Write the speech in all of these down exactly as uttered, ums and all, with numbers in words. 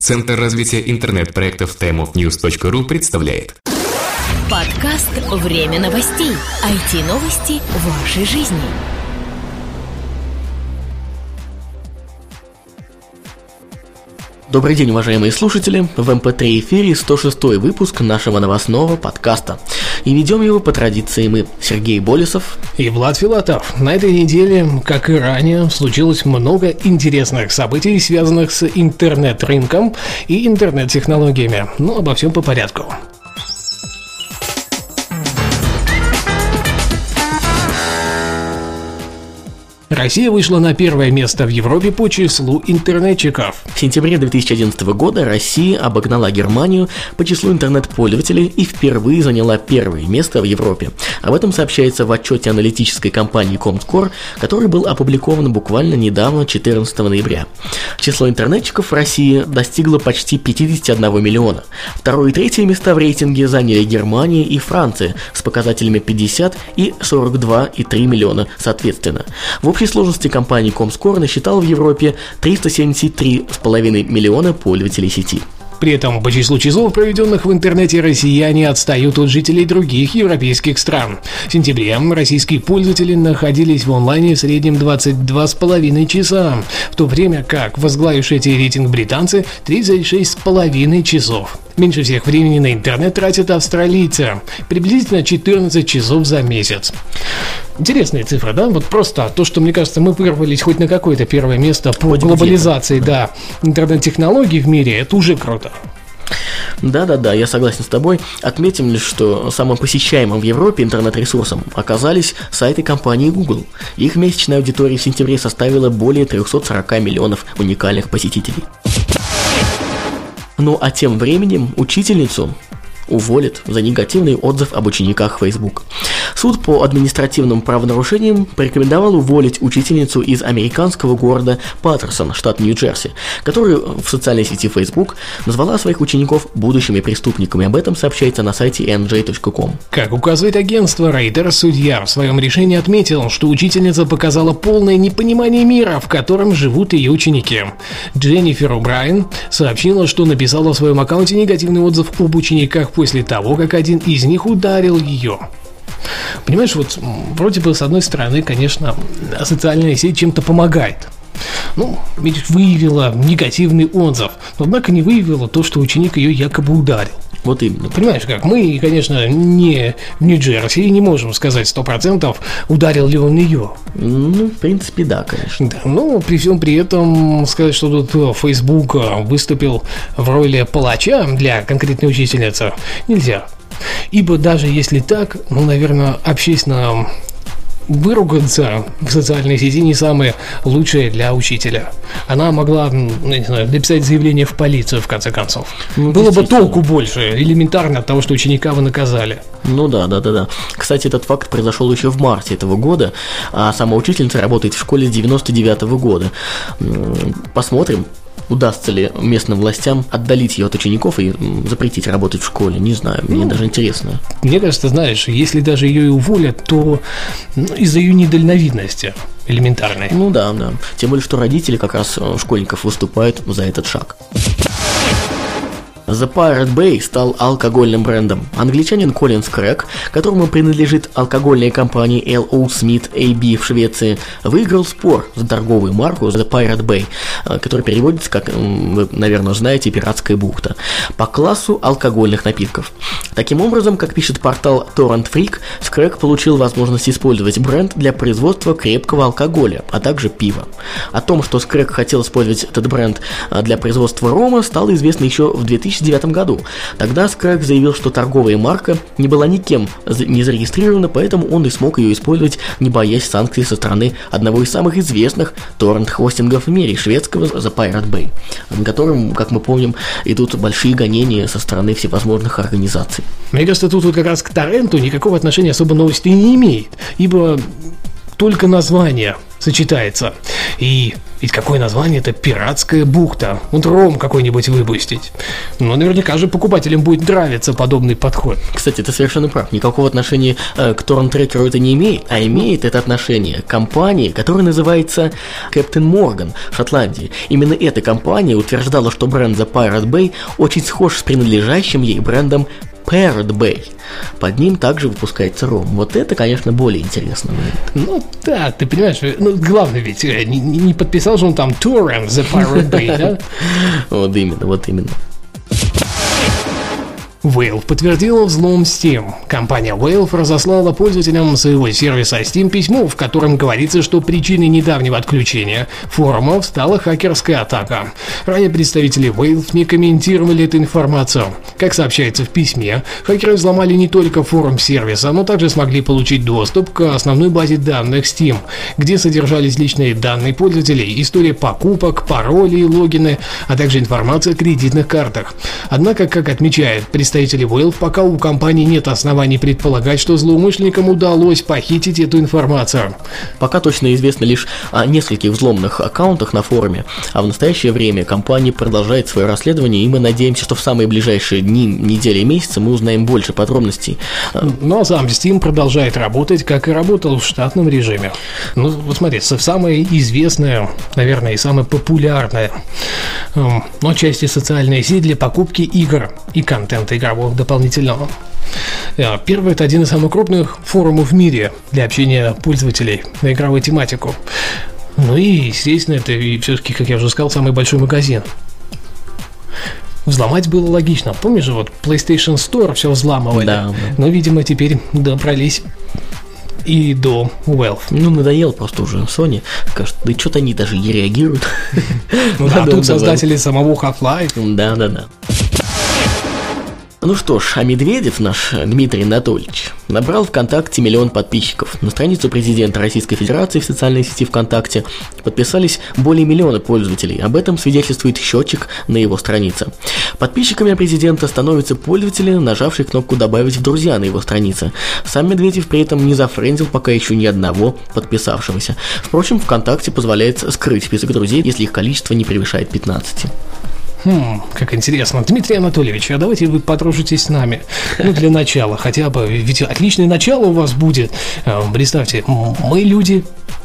Центр развития интернет-проектов таймофньюз точка ру представляет подкаст «Время новостей». ай ти-новости вашей жизни. Добрый день, уважаемые слушатели! В эм пэ три эфире сто шестой выпуск нашего новостного подкаста. И ведем его по традиции мы, Сергей Болесов и Влад Филатов. На этой неделе, как и ранее, случилось много интересных событий, связанных с интернет-рынком и интернет-технологиями. Но обо всем по порядку. Россия вышла на первое место в Европе по числу интернетчиков. В сентябре две тысячи одиннадцатого года Россия обогнала Германию по числу интернет-пользователей и впервые заняла первое место в Европе. Об этом сообщается в отчете аналитической компании Comscore, который был опубликован буквально недавно, четырнадцатого ноября. Число интернетчиков в России достигло почти пятьдесят один миллиона. Второе и третье места в рейтинге заняли Германия и Франция с показателями пятьдесят и сорок два и три миллиона соответственно. В общей сложности компания Comscore насчитала в Европе триста семьдесят три и пять миллиона пользователей сети. При этом по числу часов, проведенных в интернете, россияне отстают от жителей других европейских стран. В сентябре российские пользователи находились в онлайне в среднем двадцать два с половиной часа, в то время как возглавившие эти рейтинг британцы тридцать шесть с половиной часов. Меньше всех времени на интернет тратят австралийцы, приблизительно четырнадцать часов за месяц. Интересные цифры, да? Вот просто то, что, мне кажется, мы вырвались хоть на какое-то первое место по хоть глобализации, да, интернет-технологий в мире, это уже круто. Да-да-да, я согласен с тобой. Отметим лишь, что самым посещаемым в Европе интернет-ресурсом оказались сайты компании Google. Их месячная аудитория в сентябре составила более триста сорок миллионов уникальных посетителей. Ну а тем временем учительницу уволят за негативный отзыв об учениках Facebook. Суд по административным правонарушениям порекомендовал уволить учительницу из американского города Паттерсон, штат Нью-Джерси, которую в социальной сети Facebook назвала своих учеников будущими преступниками. Об этом сообщается на сайте эн джей точка ком. Как указывает агентство Reuters, судья в своем решении отметил, что учительница показала полное непонимание мира, в котором живут ее ученики. Дженнифер О'Брайен сообщила, что написала в своем аккаунте негативный отзыв об учениках после того, как один из них ударил ее. Понимаешь, вот вроде бы с одной стороны, конечно, социальная сеть чем-то помогает. Ну, ведь выявила негативный отзыв, но однако не выявила то, что ученик ее якобы ударил. Вот именно. Понимаешь, как мы, конечно, не в Нью-Джерси и не можем сказать сто процентов, ударил ли он ее. Ну, в принципе, да, конечно. Да, но при всем при этом сказать, что тут Facebook выступил в роли палача для конкретной учительницы, нельзя. Ибо даже если так, ну, наверное, общественно выругаться в социальной сети не самое лучшее для учителя. Она могла, не знаю, написать заявление в полицию, в конце концов. Ну, было бы толку больше, элементарно от того, что ученика вы наказали. Ну да, да, да, да. Кстати, этот факт произошел еще в марте этого года, а сама учительница работает в школе с девяносто девятого года. Посмотрим, удастся ли местным властям отдалить ее от учеников и запретить работать в школе. Не знаю, мне ну, даже интересно. Мне кажется, знаешь, если даже ее и уволят, то ну, из-за ее недальновидности элементарной. Ну да, да. Тем более, что родители как раз школьников выступают за этот шаг. The Pirate Bay стал алкогольным брендом. Англичанин Колин Скрэг, которому принадлежит алкогольная компания эл о Smith эй би в Швеции, выиграл спор за торговую марку The Pirate Bay, который переводится как, вы, наверное, знаете, пиратская бухта, по классу алкогольных напитков. Таким образом, как пишет портал Torrent Freak, Скрэг получил возможность использовать бренд для производства крепкого алкоголя, а также пива. О том, что Скрэг хотел использовать этот бренд для производства рома, стало известно еще в две тысячи девятом году. Тогда Скрэг заявил, что торговая марка не была никем не зарегистрирована, поэтому он и смог ее использовать, не боясь санкций со стороны одного из самых известных торрент-хостингов в мире, шведского The Pirate Bay, на котором, как мы помним, идут большие гонения со стороны всевозможных организаций. Мне кажется, тут вот как раз к торренту никакого отношения особо новости не имеет, ибо только название сочетается. И ведь какое название? Это пиратская бухта. Вот ром какой-нибудь выпустить. Ну, наверняка же покупателям будет нравиться подобный подход. Кстати, ты совершенно прав. Никакого отношения э, к торрент-трекеру это не имеет, а имеет это отношение к компании, которая называется Captain Morgan в Шотландии. Именно эта компания утверждала, что бренд The Pirate Bay очень схож с принадлежащим ей брендом Parrot Bay. Под ним также выпускается ром. Вот это, конечно, более интересно. Ну да, ты понимаешь, ну главное ведь, не, не подписал же он там Torrent The Pirate Bay, да? Вот именно, вот именно. Valve подтвердила взлом Steam. Компания Valve разослала пользователям своего сервиса Steam письмо, в котором говорится, что причиной недавнего отключения форумов стала хакерская атака. Ранее представители Valve не комментировали эту информацию. Как сообщается в письме, хакеры взломали не только форум сервиса, но также смогли получить доступ к основной базе данных Steam, где содержались личные данные пользователей, история покупок, пароли и логины, а также информация о кредитных картах. Однако, как отмечает представитель Представители Valve, пока у компании нет оснований предполагать, что злоумышленникам удалось похитить эту информацию. Пока точно известно лишь о нескольких взломанных аккаунтах на форуме, а в настоящее время компания продолжает свое расследование, и мы надеемся, что в самые ближайшие дни, недели и месяцы мы узнаем больше подробностей. Ну а сам Steam продолжает работать, как и работал в штатном режиме. Ну вот смотри, самая известная, наверное, и самая популярная, но части социальной сети для покупки игр и контента игрового дополнительного. Первый — это один из самых крупных форумов в мире для общения пользователей на игровую тематику. Ну и, естественно, это и все-таки, как я уже сказал, самый большой магазин. Взломать было логично. Помнишь же, вот PlayStation Store все взламывали. Да, да. Но, видимо, теперь добрались и до Valve. Ну, надоело просто уже Sony. Скажут, да что-то они даже не реагируют. Ну да, тут создатели самого Half-Life. Да, да, да. Ну что ж, а Медведев, наш Дмитрий Анатольевич, набрал ВКонтакте миллион подписчиков. На страницу президента Российской Федерации в социальной сети ВКонтакте подписались более миллиона пользователей. Об этом свидетельствует счетчик на его странице. Подписчиками президента становятся пользователи, нажавшие кнопку «Добавить в друзья» на его странице. Сам Медведев при этом не зафрендил пока еще ни одного подписавшегося. Впрочем, ВКонтакте позволяет скрыть список друзей, если их количество не превышает пятнадцати. Хм, как интересно. Дмитрий Анатольевич, а давайте вы подружитесь с нами. Ну, для начала хотя бы. Ведь отличное начало у вас будет. Представьте, мы люди,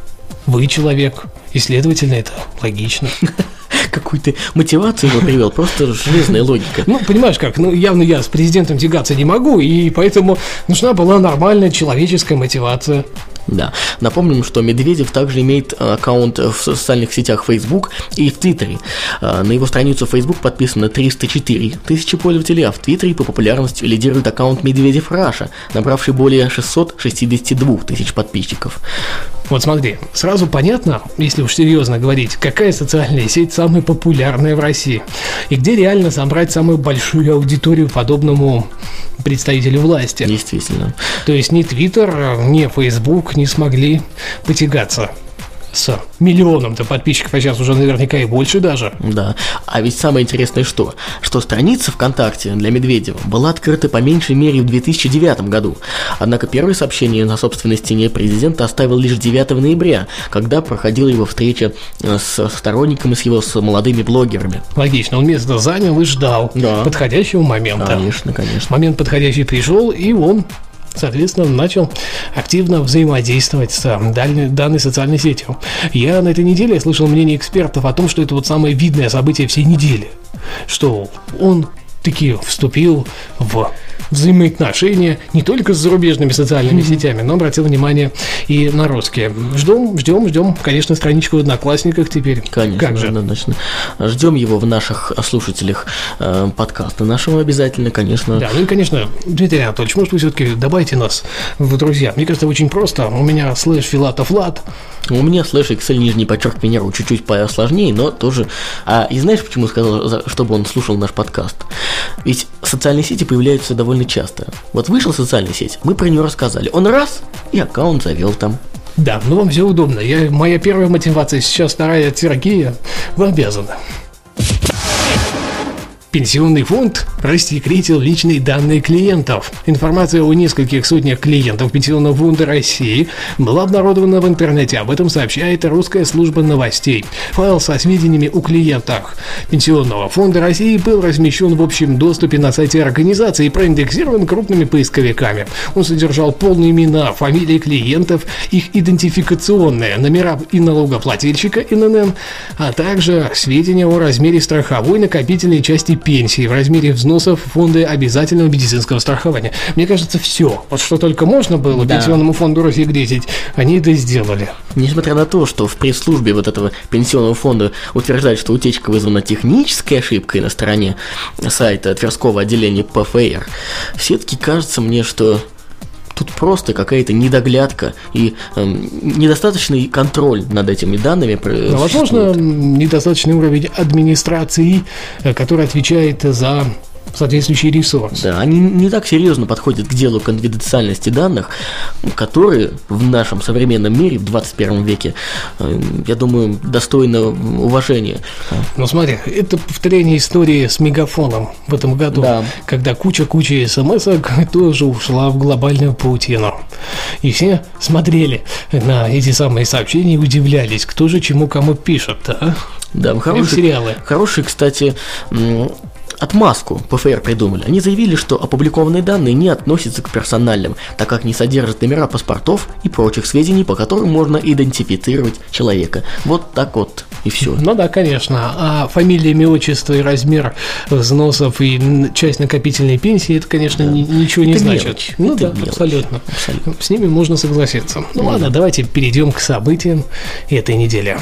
вы человек. И, следовательно, это логично. Какую ты мотивацию его привел, просто железная логика. Ну, понимаешь как, ну, явно я с президентом тягаться не могу, и поэтому нужна была нормальная человеческая мотивация. Да, напомним, что Медведев также имеет аккаунт в социальных сетях Facebook и в Твиттере. На его страницу Facebook подписано триста четыре тысячи пользователей, а в Твиттере по популярности лидирует аккаунт Медведев Раша, набравший более шестьсот шестьдесят два тысяч подписчиков. Вот смотри, сразу понятно, если уж серьезно говорить, какая социальная сеть самая популярная в России и где реально собрать самую большую аудиторию подобному представителю власти. Действительно. То есть ни Твиттер, ни Фейсбук не смогли потягаться с миллионом-то подписчиков, а сейчас уже наверняка и больше даже. Да, а ведь самое интересное что? Что страница ВКонтакте для Медведева была открыта по меньшей мере в две тысячи девятом году. Однако первое сообщение на собственной стене президента оставил лишь девятого ноября, когда проходила его встреча с сторонниками, с его с молодыми блогерами. Логично, он место занял и ждал да. подходящего момента. Конечно, конечно. Момент подходящий пришел, и он, соответственно, начал активно взаимодействовать с данной, данной социальной сетью. Я на этой неделе слышал мнение экспертов о том, что это вот самое видное событие всей недели. Что он таки вступил в взаимоотношения не только с зарубежными социальными mm-hmm. сетями, но обратил внимание и на русские. Ждем, ждем, ждем, конечно, страничку в Одноклассниках теперь. Конечно, как же? Однозначно. Ждем его в наших слушателях э, подкаста нашего обязательно, конечно. Да, ну и, конечно, Дмитрий Анатольевич, может, вы все-таки добавите нас в друзья. Мне кажется, очень просто. У меня слэш Филатов Влад. У меня слэш Excel нижний подчеркивание Ру чуть-чуть посложнее, но тоже. А и знаешь, почему сказал, чтобы он слушал наш подкаст? Ведь социальные сети появляются довольно часто. Вот вышла социальная сеть, мы про нее рассказали. Он раз и аккаунт завел там. Да, ну вам все удобно. Я, моя первая мотивация сейчас, вторая от Сергея. Вы обязаны. Пенсионный фонд рассекретил личные данные клиентов. Информация о нескольких сотнях клиентов Пенсионного фонда России была обнародована в интернете. Об этом сообщает русская служба новостей. Файл со сведениями о клиентах Пенсионного фонда России был размещен в общем доступе на сайте организации и проиндексирован крупными поисковиками. Он содержал полные имена, фамилии клиентов, их идентификационные номера и налогоплательщика эн эн эм, а также сведения о размере страховой накопительной части пенсии в размере взносов в фонды обязательного медицинского страхования. Мне кажется, все, вот что только можно было да. Пенсионному фонду рассекретить, они это сделали. Несмотря на то, что в пресс-службе вот этого пенсионного фонда утверждают, что утечка вызвана технической ошибкой на стороне сайта Тверского отделения пэ эф эр, все-таки кажется мне, что тут просто какая-то недоглядка и э, недостаточный контроль над этими данными. Но, возможно, недостаточный уровень администрации, который отвечает за соответствующий ресурс. Да, они не так серьезно подходят к делу конфиденциальности данных, которые в нашем современном мире в двадцать первом веке, я думаю, достойно уважения. Ну смотри, это повторение истории с Мегафоном в этом году, да. Когда куча-куча смс-ок тоже ушла в глобальную паутину. И все смотрели на эти самые сообщения и удивлялись, кто же чему кому пишет, да? Да, хорошие сериалы. Хорошие, кстати, отмазку пэ эф эр придумали. Они заявили, что опубликованные данные не относятся к персональным, так как не содержат номера паспортов и прочих сведений, по которым можно идентифицировать человека. Вот так вот и все. Ну да, конечно. А фамилия, имя, отчество и размер взносов и часть накопительной пенсии, это, конечно, да. ничего не это значит. Мелочь. Ну это да, мелочь. Абсолютно. абсолютно. С ними можно согласиться. Ну mm-hmm. ладно, давайте перейдем к событиям этой недели.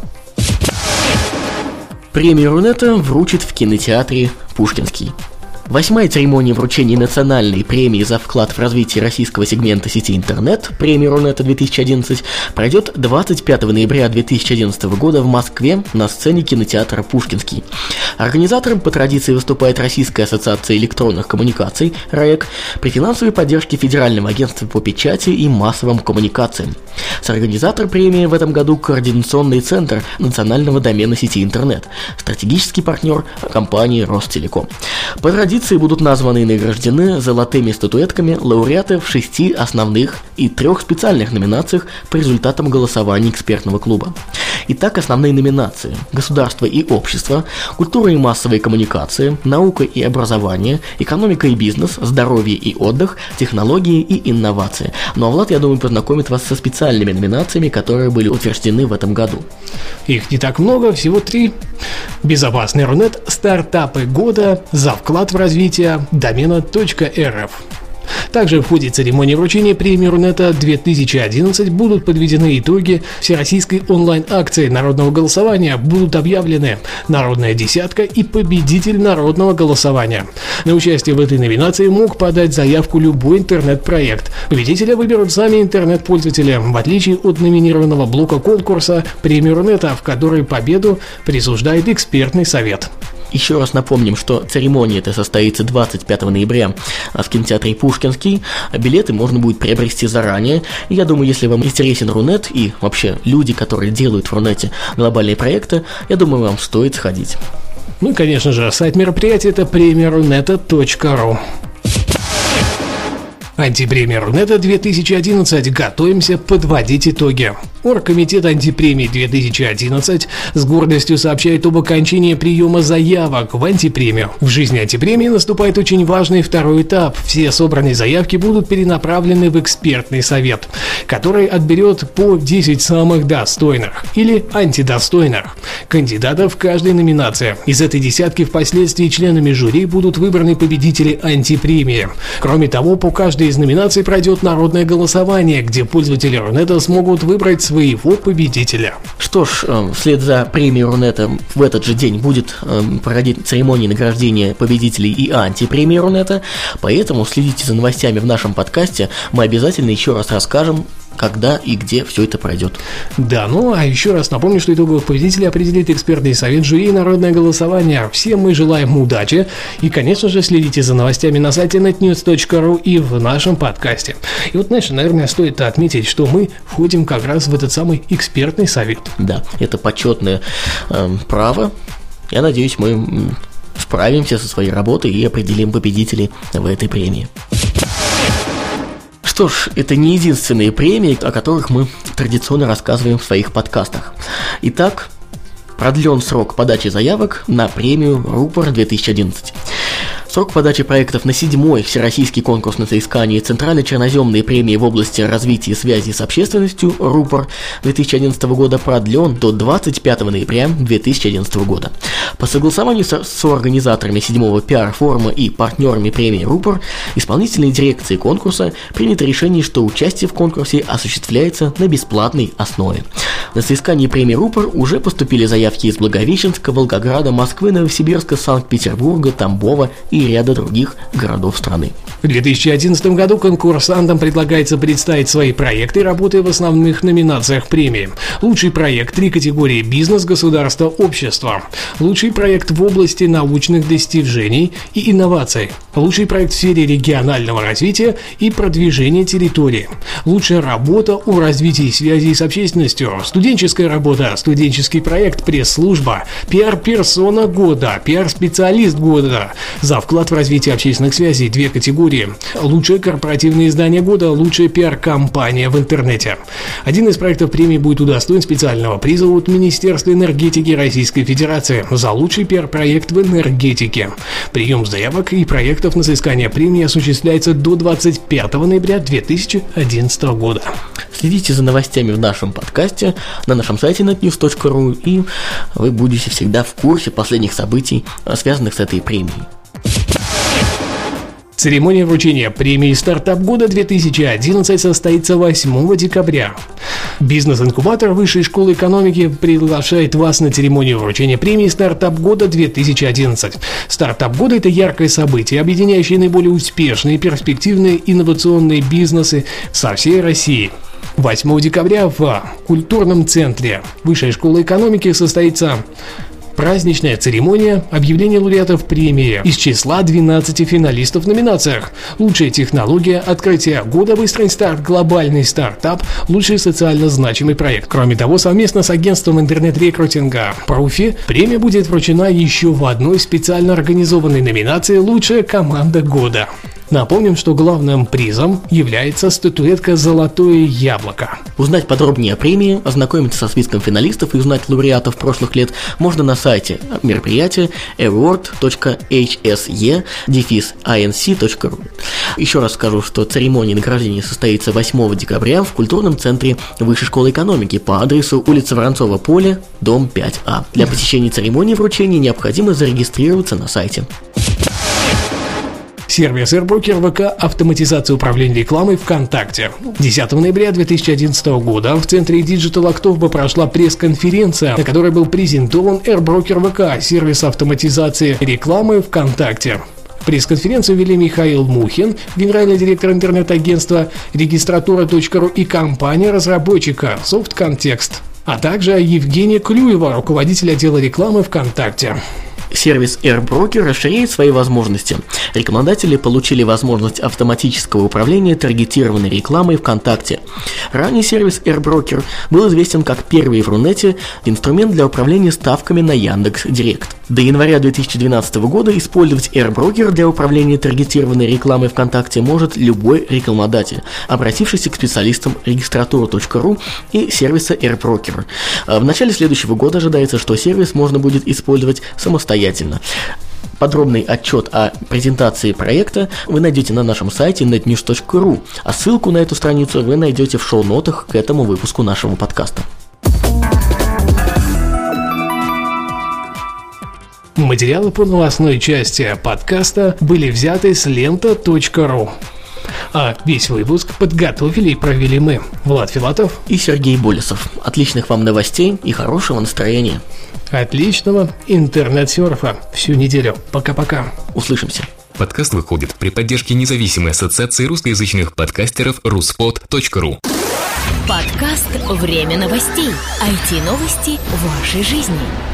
Премию Рунета вручат в кинотеатре «Пушкинский». Восьмая церемония вручения национальной премии за вклад в развитие российского сегмента сети интернет, премия Рунета две тысячи одиннадцать, пройдет двадцать пятого ноября две тысячи одиннадцатого года в Москве на сцене кинотеатра «Пушкинский». Организатором по традиции выступает Российская ассоциация электронных коммуникаций РАЭК при финансовой поддержке Федерального агентства по печати и массовым коммуникациям. Соорганизатор премии в этом году Координационный центр национального домена сети интернет, стратегический партнер компании Ростелеком. По традиции будут названы и награждены золотыми статуэтками лауреаты в шести основных и трех специальных номинациях по результатам голосования экспертного клуба. Итак, основные номинации: государство и общество, культура и массовые коммуникации, наука и образование, экономика и бизнес, здоровье и отдых, технологии и инновации. Ну а Влад, я думаю, познакомит вас со специальными номинациями, которые были утверждены в этом году. Их не так много, всего три. Безопасный Рунет, стартапы года, за вклад в развитие домена .рф. Также в ходе церемонии вручения премии Рунета две тысячи одиннадцать будут подведены итоги всероссийской онлайн-акции народного голосования, будут объявлены народная десятка и победитель народного голосования. На участие в этой номинации мог подать заявку любой интернет-проект. Победителя выберут сами интернет-пользователи, в отличие от номинированного блока конкурса премии Рунета, в которой победу присуждает экспертный совет. Еще раз напомним, что церемония эта состоится двадцать пятого ноября в кинотеатре «Пушкинский». Билеты можно будет приобрести заранее. И я думаю, если вам интересен Рунет и вообще люди, которые делают в Рунете глобальные проекты, я думаю, вам стоит сходить. Ну и, конечно же, сайт мероприятия – это премия рунета точка ру. Антипремия Рунета две тысячи одиннадцать. Готовимся подводить итоги. Оргкомитет антипремии две тысячи одиннадцать с гордостью сообщает об окончании приема заявок в антипремию. В жизни антипремии наступает очень важный второй этап. Все собранные заявки будут перенаправлены в экспертный совет, который отберет по десять самых достойных или антидостойных кандидатов в каждой номинации. Из этой десятки впоследствии членами жюри будут выбраны победители антипремии. Кроме того, по каждой из номинаций пройдет народное голосование, где пользователи Рунета смогут выбрать своего победителя. Что ж, вслед за премией Рунета в этот же день будет проходить церемония награждения победителей и антипремии Рунета, поэтому следите за новостями в нашем подкасте, мы обязательно еще раз расскажем, когда и где все это пройдет. Да, ну а еще раз напомню, что итоговых победителей определит экспертный совет жюри и народное голосование. Всем мы желаем удачи и, конечно же, следите за новостями на сайте нет ньюс точка ру и в нашем подкасте. И вот, знаешь, наверное, стоит отметить, что мы входим как раз в этот самый экспертный совет. Да, это почетное э, право. Я надеюсь, мы справимся со своей работой и определим победителей в этой премии. Что ж, это не единственные премии, о которых мы традиционно рассказываем в своих подкастах. Итак, продлен срок подачи заявок на премию Рупор две тысячи одиннадцать. Срок подачи проектов на седьмой Всероссийский конкурс на соискание центрально-черноземной премии в области развития связи с общественностью Рупор две тысячи одиннадцатого года продлен до двадцать пятого ноября две тысячи одиннадцатого года. По согласованию с, с организаторами седьмого пиар-форума и партнерами премии Рупор, исполнительной дирекции конкурса принято решение, что участие в конкурсе осуществляется на бесплатной основе. На соискание премии Рупор уже поступили заявки из Благовещенска, Волгограда, Москвы, Новосибирска, Санкт-Петербурга, Тамбова и ряда других городов страны. В две тысячи одиннадцатом году конкурсантам предлагается представить свои проекты, работая в основных номинациях премии. Лучший проект — три категории: бизнес, государство, общество. Лучший проект в области научных достижений и инноваций. Лучший проект в сфере регионального развития и продвижения территории. Лучшая работа о развитии связи с общественностью. Студенческая работа, студенческий проект, пресс-служба, пиар-персона года, пиар-специалист года. За вклад в развитие общественных связей — две категории. Лучшее корпоративное издание года, лучшая пиар-компания в интернете. Один из проектов премии будет удостоен специального приза от Министерства энергетики Российской Федерации за лучший пиар-проект в энергетике. Прием заявок и проектов на соискание премии осуществляется до двадцать пятого ноября две тысячи одиннадцатого года. Следите за новостями в нашем подкасте, на нашем сайте net news точка ру, и вы будете всегда в курсе последних событий, связанных с этой премией. Церемония вручения премии «Стартап года две тысячи одиннадцать» состоится восьмого декабря. Бизнес-инкубатор Высшей школы экономики приглашает вас на церемонию вручения премии «Стартап года две тысячи одиннадцать». «Стартап года» — это яркое событие, объединяющее наиболее успешные, перспективные, инновационные бизнесы со всей России. восьмого декабря в культурном центре Высшей школы экономики состоится праздничная церемония объявления лауреатов премии из числа двенадцати финалистов в номинациях: лучшая технология, открытие года, быстрый старт, глобальный стартап, лучший социально значимый проект. Кроме того, совместно с агентством интернет-рекрутинга Профи премия будет вручена еще в одной специально организованной номинации «Лучшая команда года». Напомним, что главным призом является статуэтка «Золотое яблоко». Узнать подробнее о премии, ознакомиться со списком финалистов и узнать лауреатов прошлых лет можно на сайте мероприятия award точка эйч эс и дефис ай эн си точка ру. Еще раз скажу, что церемония награждения состоится восьмого декабря в культурном центре Высшей школы экономики по адресу улица Воронцова Поле, дом пять А. Для посещения церемонии вручения необходимо зарегистрироваться на сайте. Сервис AirBroker ВК «Автоматизация управления рекламой ВКонтакте». десятого ноября две тысячи одиннадцатого года в центре Digital October прошла пресс-конференция, на которой был презентован AirBroker ВК, сервис автоматизации рекламы ВКонтакте. Пресс-конференцию вели Михаил Мухин, генеральный директор интернет-агентства регистратура точка ру и компания-разработчика SoftContext, а также Евгения Клюева, руководитель отдела рекламы ВКонтакте. Сервис AirBroker расширяет свои возможности. Рекламодатели получили возможность автоматического управления таргетированной рекламой ВКонтакте. Ранее сервис AirBroker был известен как первый в Рунете инструмент для управления ставками на Яндекс.Директ. До января две тысячи двенадцатого года использовать AirBroker для управления таргетированной рекламой ВКонтакте может любой рекламодатель, обратившийся к специалистам регистратура точка ру и сервиса AirBroker. В начале следующего года ожидается, что сервис можно будет использовать самостоятельно. Подробный отчет о презентации проекта вы найдете на нашем сайте net news точка ру, а ссылку на эту страницу вы найдете в шоу-нотах к этому выпуску нашего подкаста. Материалы по новостной части подкаста были взяты с лента точка ру. А весь выпуск подготовили и провели мы, Влад Филатов и Сергей Болесов. Отличных вам новостей и хорошего настроения. Отличного интернет-серфа всю неделю. Пока-пока. Услышимся. Подкаст выходит при поддержке независимой ассоциации русскоязычных подкастеров руспод точка ру. Подкаст «Время новостей». ай ти-новости вашей жизни.